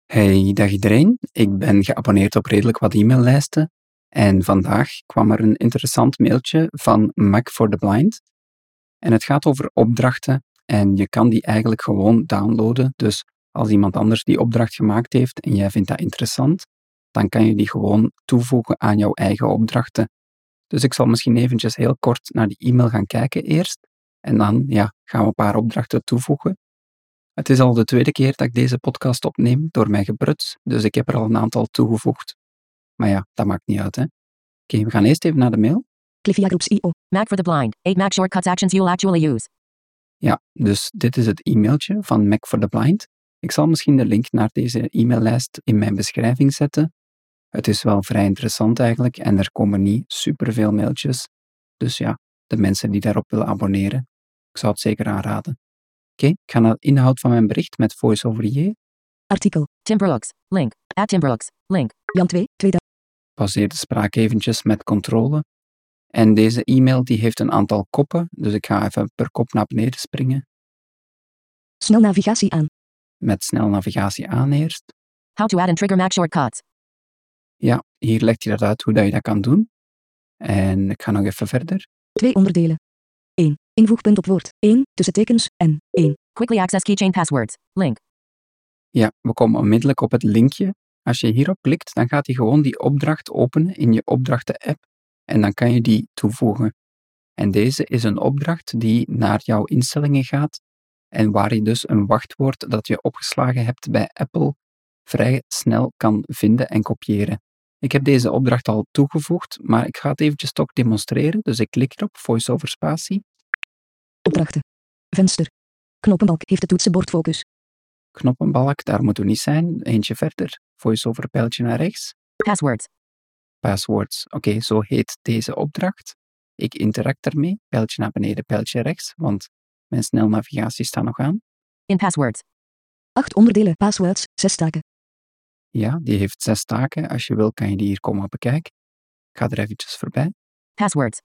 Hey, dag iedereen. Ik ben geabonneerd op redelijk wat e-maillijsten en vandaag kwam er een interessant mailtje van Mac for the Blind. En het gaat over opdrachten en je kan die eigenlijk gewoon downloaden. Dus als iemand anders die opdracht gemaakt heeft en jij vindt dat interessant, dan kan je die gewoon toevoegen aan jouw eigen opdrachten. Dus ik zal misschien eventjes heel kort naar die e-mail gaan kijken eerst en dan gaan we een paar opdrachten toevoegen. Het is al de tweede keer dat ik deze podcast opneem door mijn gebruts, dus ik heb er al een aantal toegevoegd. Maar ja, dat maakt niet uit, hè. Oké, we gaan eerst even naar de mail. Cliffia Groups IO. Mac for the blind. 8 Mac shortcuts actions you'll actually use. Ja, dus dit is het e-mailtje van Mac for the Blind. Ik zal misschien de link naar deze e-maillijst in mijn beschrijving zetten. Het is wel vrij interessant eigenlijk en er komen niet superveel mailtjes. Dus ja, de mensen die daarop willen abonneren, ik zou het zeker aanraden. Oké, ik ga naar de inhoud van mijn bericht met VoiceOver J. Artikel. Timberlux. Link. Timberlux. Link. Jan 2. 2000. Pauzeer de spraak eventjes met controle. En deze e-mail die heeft een aantal koppen, dus ik ga even per kop naar beneden springen. Snel navigatie aan. Met snel navigatie aan eerst. How to add and trigger Mac shortcuts. Ja, hier legt hij dat uit hoe dat je dat kan doen. En ik ga nog even verder. 2 onderdelen. 1. Invoegpunt op woord. 1. Tussentekens en 1. Quickly access keychain passwords. Link. Ja, we komen onmiddellijk op het linkje. Als je hierop klikt, dan gaat hij gewoon die opdracht openen in je opdrachten-app. En dan kan je die toevoegen. En deze is een opdracht die naar jouw instellingen gaat en waar je dus een wachtwoord dat je opgeslagen hebt bij Apple vrij snel kan vinden en kopiëren. Ik heb deze opdracht al toegevoegd, maar ik ga het eventjes toch demonstreren. Dus ik klik erop, VoiceOver spatie. Opdrachten. Venster. Knoppenbalk heeft het toetsenbord focus. Knoppenbalk, daar moeten we niet zijn. Eentje verder, VoiceOver pijltje naar rechts. Passwords. Passwords. Oké, zo heet deze opdracht. Ik interact ermee, pijltje naar beneden, pijltje rechts, want mijn snelnavigatie staat nog aan. In passwords. 8 onderdelen. Passwords. 6 taken. Ja, die heeft 6 taken. Als je wil, kan je die hier komen bekijken. Ik ga er eventjes voorbij. Passwords.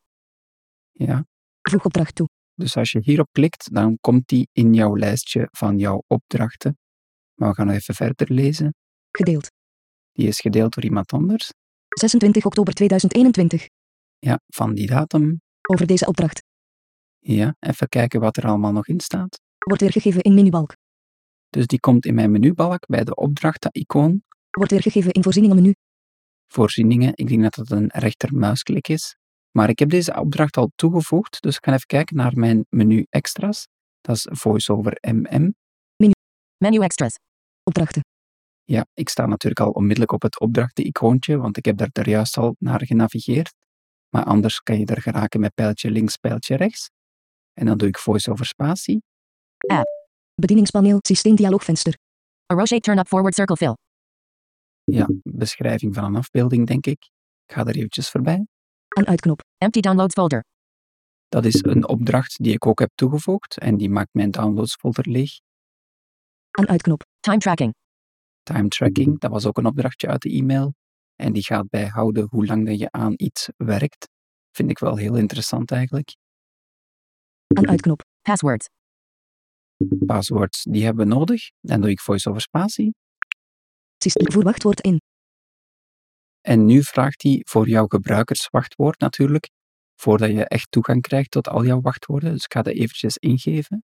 Ja, Voeg opdracht toe. dus als je hierop klikt, dan komt die in jouw lijstje van jouw opdrachten. Maar we gaan nog even verder lezen. Gedeeld. Die is gedeeld door iemand anders. 26 oktober 2021. Ja, van die datum. Over deze opdracht. Ja, even kijken wat er allemaal nog in staat. Wordt weergegeven in menubalk. Dus die komt in mijn menubalk bij de opdrachten-icoon. Wordt weergegeven in voorzieningen menu. Voorzieningen, ik denk dat het een rechtermuisklik is. Maar ik heb deze opdracht al toegevoegd, dus ik ga even kijken naar mijn menu extra's. Dat is VoiceOver MM. Menu extras. Opdrachten. Ja, ik sta natuurlijk al onmiddellijk op het opdrachten-icoontje, want ik heb daar juist al naar genavigeerd. Maar anders kan je er geraken met pijltje links, pijltje rechts. En dan doe ik VoiceOver spatie. Bedieningspaneel. Systeemdialoogvenster. A rotate turn up forward circle fill. Ja, beschrijving van een afbeelding, denk ik. Ik ga er eventjes voorbij. Aan uitknop. Empty downloads folder. Dat is een opdracht die ik ook heb toegevoegd en die maakt mijn downloadsfolder leeg. Aan uitknop. Time tracking. Time tracking, dat was ook een opdrachtje uit de e-mail. En die gaat bijhouden hoe lang dat je aan iets werkt. Vind ik wel heel interessant eigenlijk. Aan uitknop. Passwords. Passwords, die hebben we nodig. Dan doe ik VoiceOver spatie. Voer wachtwoord in. En nu vraagt hij voor jouw gebruikerswachtwoord natuurlijk, voordat je echt toegang krijgt tot al jouw wachtwoorden. Dus ik ga dat eventjes ingeven.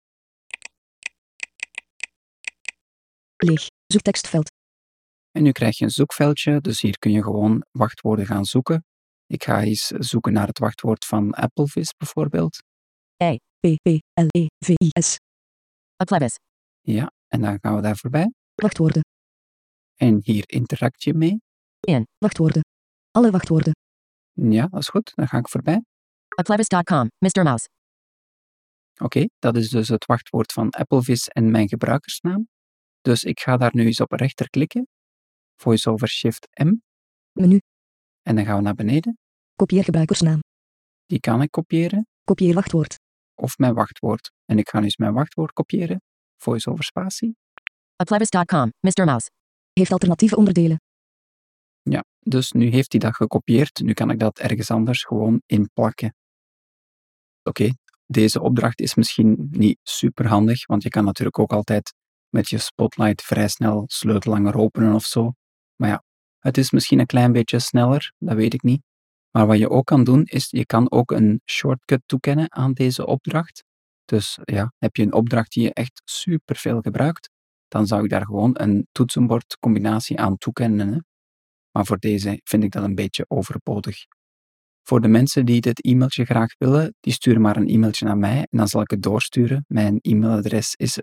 Leeg. Zoektekstveld. En nu krijg je een zoekveldje, dus hier kun je gewoon wachtwoorden gaan zoeken. Ik ga eens zoeken naar het wachtwoord van Applevis bijvoorbeeld. P-P-L-E-V-I-S. Applebis. Ja, en dan gaan we daar voorbij. Wachtwoorden. En hier interact je mee. In. Wachtwoorden. Alle wachtwoorden. Ja, dat is goed. Dan ga ik voorbij. Applebis.com. Mr. Mouse. Oké, dat is dus het wachtwoord van Applevis en mijn gebruikersnaam. Dus ik ga daar nu eens op rechter klikken. VoiceOver Shift-M. Menu. En dan gaan we naar beneden. Kopieer gebruikersnaam. Die kan ik kopiëren. Kopieer wachtwoord. Of mijn wachtwoord. En ik ga nu eens mijn wachtwoord kopiëren. VoiceOver spatie. Applebis.com. Mr. Mouse. Heeft alternatieve onderdelen. Ja, dus nu heeft hij dat gekopieerd. Nu kan ik dat ergens anders gewoon inplakken. Oké, deze opdracht is misschien niet super handig, want je kan natuurlijk ook altijd met je Spotlight vrij snel sleutel openen of zo. Maar ja, het is misschien een klein beetje sneller, dat weet ik niet. Maar wat je ook kan doen, is je kan ook een shortcut toekennen aan deze opdracht. Dus ja, heb je een opdracht die je echt superveel gebruikt, dan zou ik daar gewoon een toetsenbordcombinatie aan toekennen. Hè. Maar voor deze vind ik dat een beetje overbodig. Voor de mensen die dit e-mailtje graag willen, die sturen maar een e-mailtje naar mij en dan zal ik het doorsturen. Mijn e-mailadres is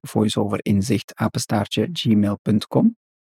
voiceoverinzicht@gmail.com.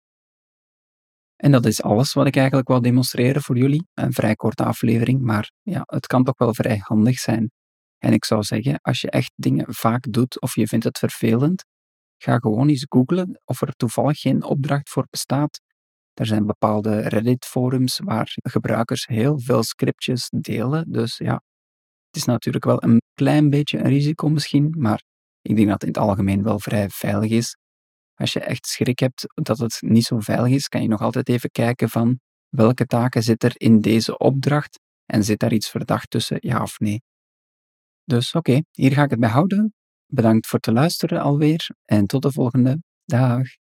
En dat is alles wat ik eigenlijk wou demonstreren voor jullie. Een vrij korte aflevering, maar ja, het kan toch wel vrij handig zijn. En ik zou zeggen, als je echt dingen vaak doet of je vindt het vervelend, ga gewoon eens googlen of er toevallig geen opdracht voor bestaat. Er zijn bepaalde Reddit-forums waar gebruikers heel veel scriptjes delen, dus ja, het is natuurlijk wel een klein beetje een risico misschien, maar ik denk dat het in het algemeen wel vrij veilig is. Als je echt schrik hebt dat het niet zo veilig is, kan je nog altijd even kijken van welke taken zit er in deze opdracht en zit daar iets verdacht tussen, ja of nee. Dus oké, hier ga ik het bij houden. Bedankt voor het luisteren alweer en tot de volgende. Dag.